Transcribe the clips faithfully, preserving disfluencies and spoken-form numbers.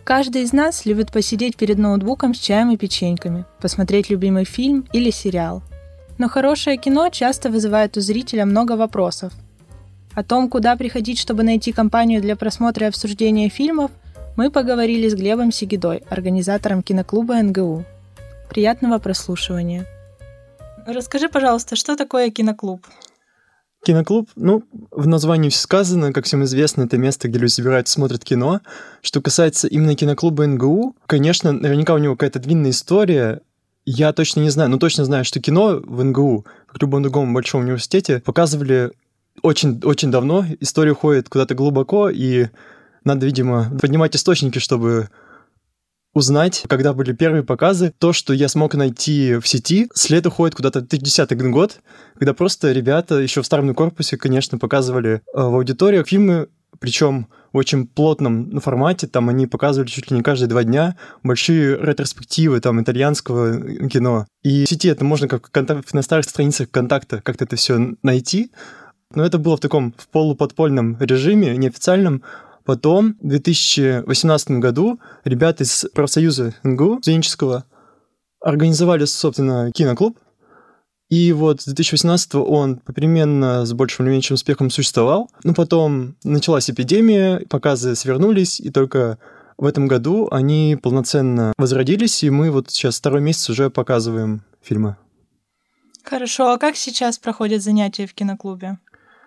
Каждый из нас любит посидеть перед ноутбуком с чаем и печеньками, посмотреть любимый фильм или сериал. Но хорошее кино часто вызывает у зрителя много вопросов. О том, куда приходить, чтобы найти компанию для просмотра и обсуждения фильмов, мы поговорили с Глебом Сигидой, организатором киноклуба эн гэ у. Приятного прослушивания. Расскажи, пожалуйста, что такое киноклуб? Киноклуб, ну, в названии все сказано, как всем известно, это место, где люди собираются, смотрят кино. Что касается именно киноклуба эн гэ у, конечно, наверняка у него какая-то длинная история. Я точно не знаю, но точно знаю, что кино в эн гэ у, как в любом другом большом университете, показывали очень, очень давно. История уходит куда-то глубоко, и надо, видимо, поднимать источники, чтобы узнать, когда были первые показы. То, что я смог найти в сети, след уходит куда-то в две тысячи десятый год, когда просто ребята еще в старом корпусе, конечно, показывали в аудиториях фильмы, причем в очень плотном формате. Там они показывали чуть ли не каждые два дня большие ретроспективы там итальянского кино. И в сети это можно как на старых страницах «Контакта» как-то это все найти. Но это было в таком в полуподпольном режиме, неофициальном. Потом, в две тысячи восемнадцатом году, ребята из профсоюза эн гэ у студенческого организовали, собственно, киноклуб. И вот с две тысячи восемнадцатого он попеременно с большим или меньшим успехом существовал. Но потом началась эпидемия, показы свернулись, и только в этом году они полноценно возродились, и мы вот сейчас второй месяц уже показываем фильмы. Хорошо, а как сейчас проходят занятия в киноклубе?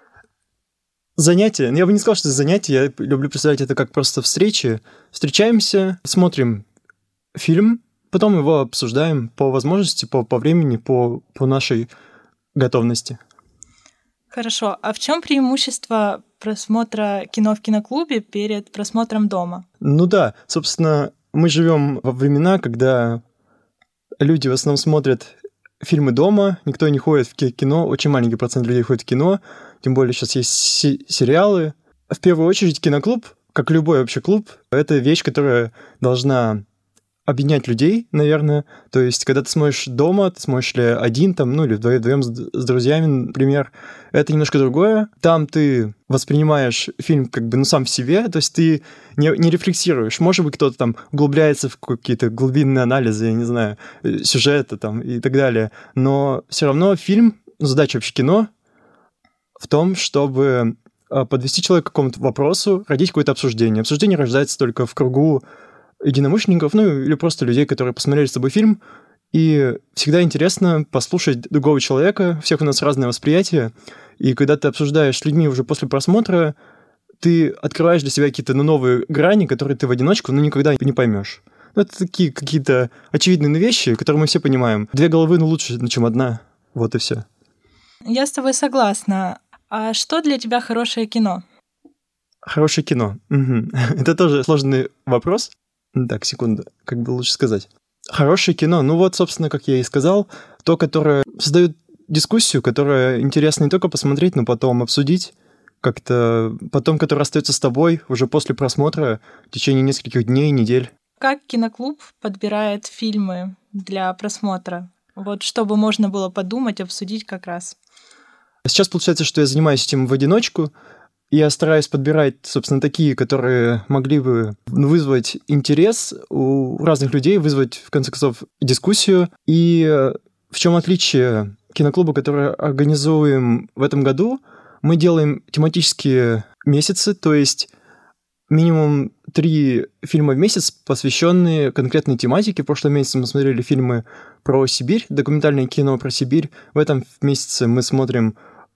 Занятия. Я бы не сказал, что это занятия. Я люблю представлять это как просто встречи. Встречаемся, смотрим фильм, потом его обсуждаем по возможности, по, по времени, по, по нашей готовности. Хорошо. А в чем преимущество просмотра кино в киноклубе перед просмотром дома? Ну да, собственно, мы живем во времена, когда люди в основном смотрят фильмы дома, никто не ходит в кино, очень маленький процент людей ходит в кино, тем более сейчас есть си- сериалы. В первую очередь киноклуб, как любой вообще клуб, это вещь, которая должна объединять людей, наверное. То есть, когда ты смотришь дома, ты смотришь ли один, там, ну или вдвоем с, с друзьями, например, это немножко другое. Там ты воспринимаешь фильм как бы, ну, сам в себе, то есть ты не, не рефлексируешь. Может быть, кто-то там углубляется в какие-то глубинные анализы, я не знаю, сюжета там и так далее. Но все равно фильм, ну, задача вообще кино в том, чтобы подвести человека к какому-то вопросу, родить какое-то обсуждение. Обсуждение рождается только в кругу единомышленников, ну или просто людей, которые посмотрели с тобой фильм, и всегда интересно послушать другого человека, у всех у нас разное восприятие, и когда ты обсуждаешь с людьми уже после просмотра, ты открываешь для себя какие-то ну, новые грани, которые ты в одиночку ну, никогда не поймешь. Ну, это такие какие-то очевидные вещи, которые мы все понимаем. Две головы ну, лучше, чем одна, вот и все. Я с тобой согласна. А что для тебя хорошее кино? Хорошее кино. Угу. Это тоже сложный вопрос. Так, секунду, как бы лучше сказать. Хорошее кино, ну вот, собственно, как я и сказал, то, которое создает дискуссию, которое интересно не только посмотреть, но потом обсудить, как-то потом, которое остается с тобой уже после просмотра в течение нескольких дней, недель. Как киноклуб подбирает фильмы для просмотра? Вот чтобы можно было подумать, обсудить как раз. Сейчас получается, что я занимаюсь этим в одиночку. Я стараюсь подбирать, собственно, такие, которые могли бы вызвать интерес у разных людей, вызвать, в конце концов, дискуссию. И в чем отличие киноклуба, который организуем в этом году? Мы делаем тематические месяцы, то есть минимум три фильма в месяц, посвященные конкретной тематике. В прошлом месяце мы смотрели фильмы про Сибирь, документальное кино про Сибирь. В этом месяце мы смотрим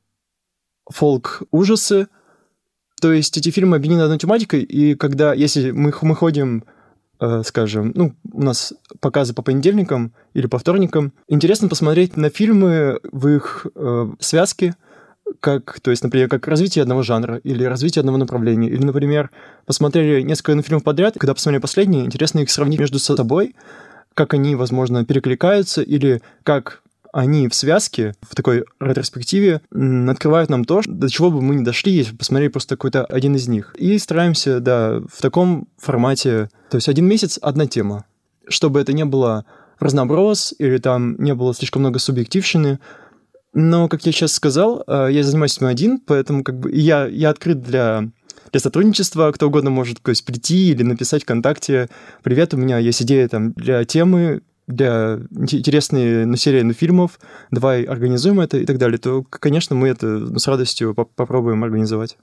фолк-ужасы. То есть эти фильмы объединены одной тематикой, и когда, если мы, мы ходим, э, скажем, ну, у нас показы по понедельникам или по вторникам, интересно посмотреть на фильмы в их э, связке, как, то есть, например, как развитие одного жанра или развитие одного направления. Или, например, посмотрели несколько фильмов подряд, когда посмотрели последние, интересно их сравнить между собой, как они, возможно, перекликаются, или как они в связке, в такой ретроспективе, открывают нам то, до чего бы мы не дошли, если бы посмотрели просто какой-то один из них. И стараемся, да, в таком формате, то есть один месяц, одна тема, чтобы это не было разноброс, или там не было слишком много субъективщины. Но, как я сейчас сказал, я занимаюсь этим один, поэтому как бы я, я открыт для для сотрудничества кто угодно может, то есть, прийти или написать ВКонтакте: «Привет, у меня есть идея там для темы, для интересной ну, серии ну, фильмов, давай организуем это» и так далее, то, конечно, мы это ну, с радостью поп- попробуем организовать.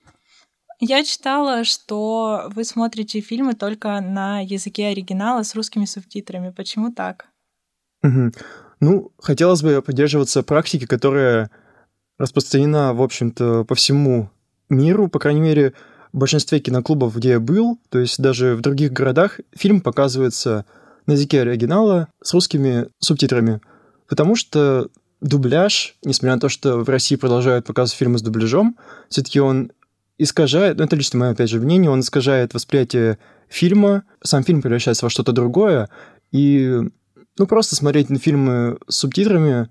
Я читала, что вы смотрите фильмы только на языке оригинала с русскими субтитрами. Почему так? Угу. Ну, хотелось бы придерживаться практики, которая распространена, в общем-то, по всему миру, по крайней мере, в большинстве киноклубов, где я был, то есть даже в других городах фильм показывается на языке оригинала с русскими субтитрами, потому что дубляж, несмотря на то, что в России продолжают показывать фильмы с дубляжом, все-таки он искажает, ну это лично мое, опять же, мнение, он искажает восприятие фильма, сам фильм превращается во что-то другое, и ну просто смотреть на фильмы с субтитрами,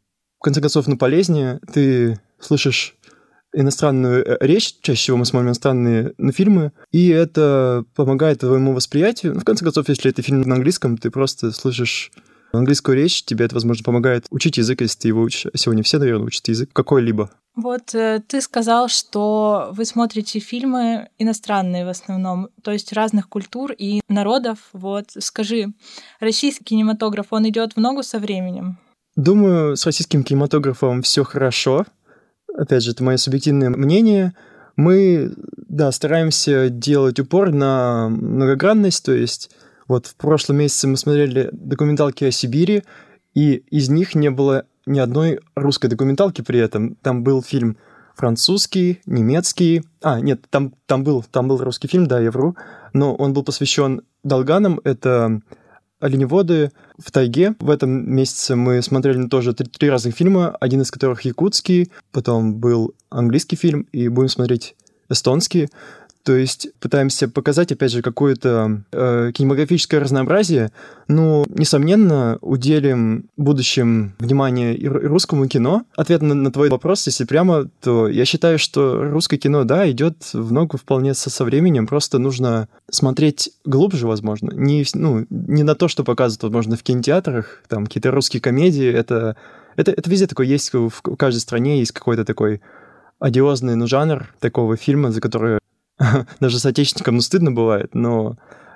в конце концов, ну полезнее, ты слышишь иностранную речь, чаще всего мы смотрим иностранные ну, фильмы, и это помогает твоему восприятию. Ну, в конце концов, если это фильм на английском, ты просто слышишь английскую речь, тебе это, возможно, помогает учить язык, если ты его учишь. Сегодня все, наверное, учат язык какой-либо. Вот э, ты сказал, что вы смотрите фильмы иностранные в основном, то есть разных культур и народов. Вот скажи, российский кинематограф, он идет в ногу со временем? Думаю, с российским кинематографом все хорошо. Опять же, это мое субъективное мнение. Мы, да, стараемся делать упор на многогранность, то есть вот в прошлом месяце мы смотрели документалки о Сибири, и из них не было ни одной русской документалки при этом. Там был фильм французский, немецкий. А, нет, там, там, был, там был русский фильм, да, я вру, но он был посвящен долганам. Это оленеводы в тайге. В этом месяце мы смотрели тоже три, три разных фильма, один из которых якутский, потом был английский фильм, и будем смотреть эстонский. То есть пытаемся показать, опять же, какое-то э, кинематографическое разнообразие. Ну, несомненно, уделим в будущем внимание и русскому кино. Ответ на, на твой вопрос, если прямо, то я считаю, что русское кино, да, идет в ногу вполне со, со временем. Просто нужно смотреть глубже, возможно. Не, ну, не на то, что показывают, возможно, в кинотеатрах, там какие-то русские комедии. Это, это, это везде такое есть, в, в каждой стране есть какой-то такой одиозный ну, жанр такого фильма, за который даже соотечественникам ну, стыдно бывает, но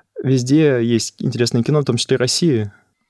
везде есть интересное кино, в том числе и России.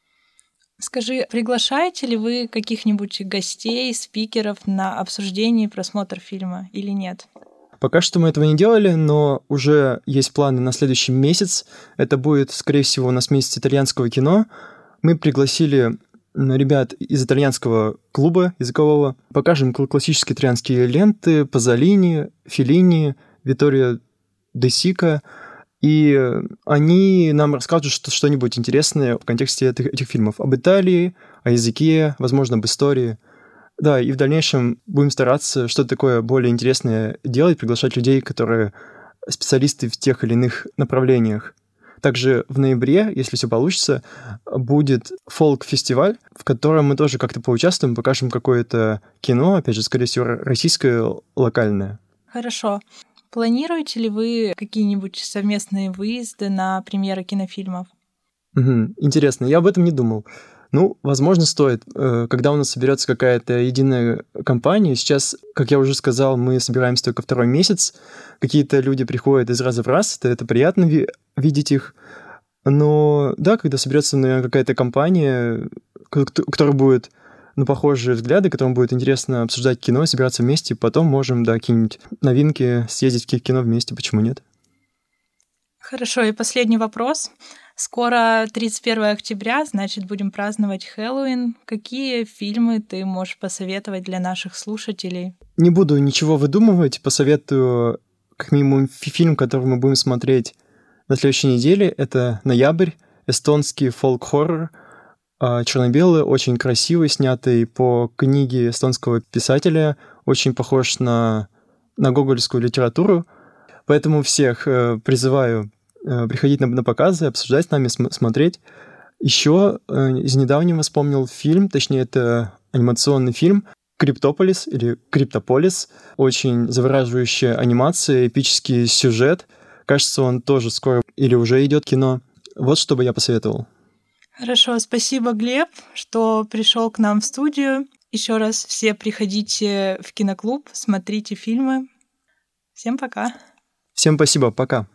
Скажи, приглашаете ли вы каких-нибудь гостей, спикеров на обсуждение и просмотр фильма или нет? Пока что мы этого не делали, но уже есть планы на следующий месяц. Это будет, скорее всего, у нас месяц итальянского кино. Мы пригласили ребят из итальянского клуба языкового. Покажем классические итальянские ленты Пазолини, Феллини, Витторио де Сика, и они нам расскажут что-нибудь интересное в контексте этих, этих фильмов. Об Италии, о языке, возможно, об истории. Да, и в дальнейшем будем стараться что-то такое более интересное делать, приглашать людей, которые специалисты в тех или иных направлениях. Также в ноябре, если все получится, будет фолк-фестиваль, в котором мы тоже как-то поучаствуем, покажем какое-то кино, опять же, скорее всего, российское, локальное. Хорошо. Планируете ли вы какие-нибудь совместные выезды на премьеры кинофильмов? Угу, интересно, я об этом не думал. Ну, возможно, стоит. Когда у нас соберется какая-то единая компания, сейчас, как я уже сказал, мы собираемся только второй месяц, какие-то люди приходят из раза в раз, это, это приятно ви- видеть их. Но да, когда соберется, наверное, какая-то компания, у которой будет ну, похожие взгляды, которым будет интересно обсуждать кино и собираться вместе, потом можем, да, какие-нибудь новинки съездить в кино вместе, почему нет? Хорошо, и последний вопрос. Скоро тридцать первого октября, значит, будем праздновать Хэллоуин. Какие фильмы ты можешь посоветовать для наших слушателей? Не буду ничего выдумывать, посоветую как минимум фильм, который мы будем смотреть на следующей неделе. Это «Ноябрь», эстонский фолк-хоррор, черно-белый, очень красивый, снятый по книге эстонского писателя, очень похож на, на гогольскую литературу. Поэтому всех э, призываю э, приходить на, на показы, обсуждать с нами, см- смотреть. Еще э, из недавнего вспомнил фильм, точнее, это анимационный фильм «Криптополис» или «Криптополис». Очень завораживающая анимация, эпический сюжет. Кажется, он тоже скоро или уже идет кино. Вот что бы я посоветовал. Хорошо, спасибо, Глеб, что пришел к нам в студию. Еще раз все приходите в киноклуб, смотрите фильмы. Всем пока. Всем спасибо, пока.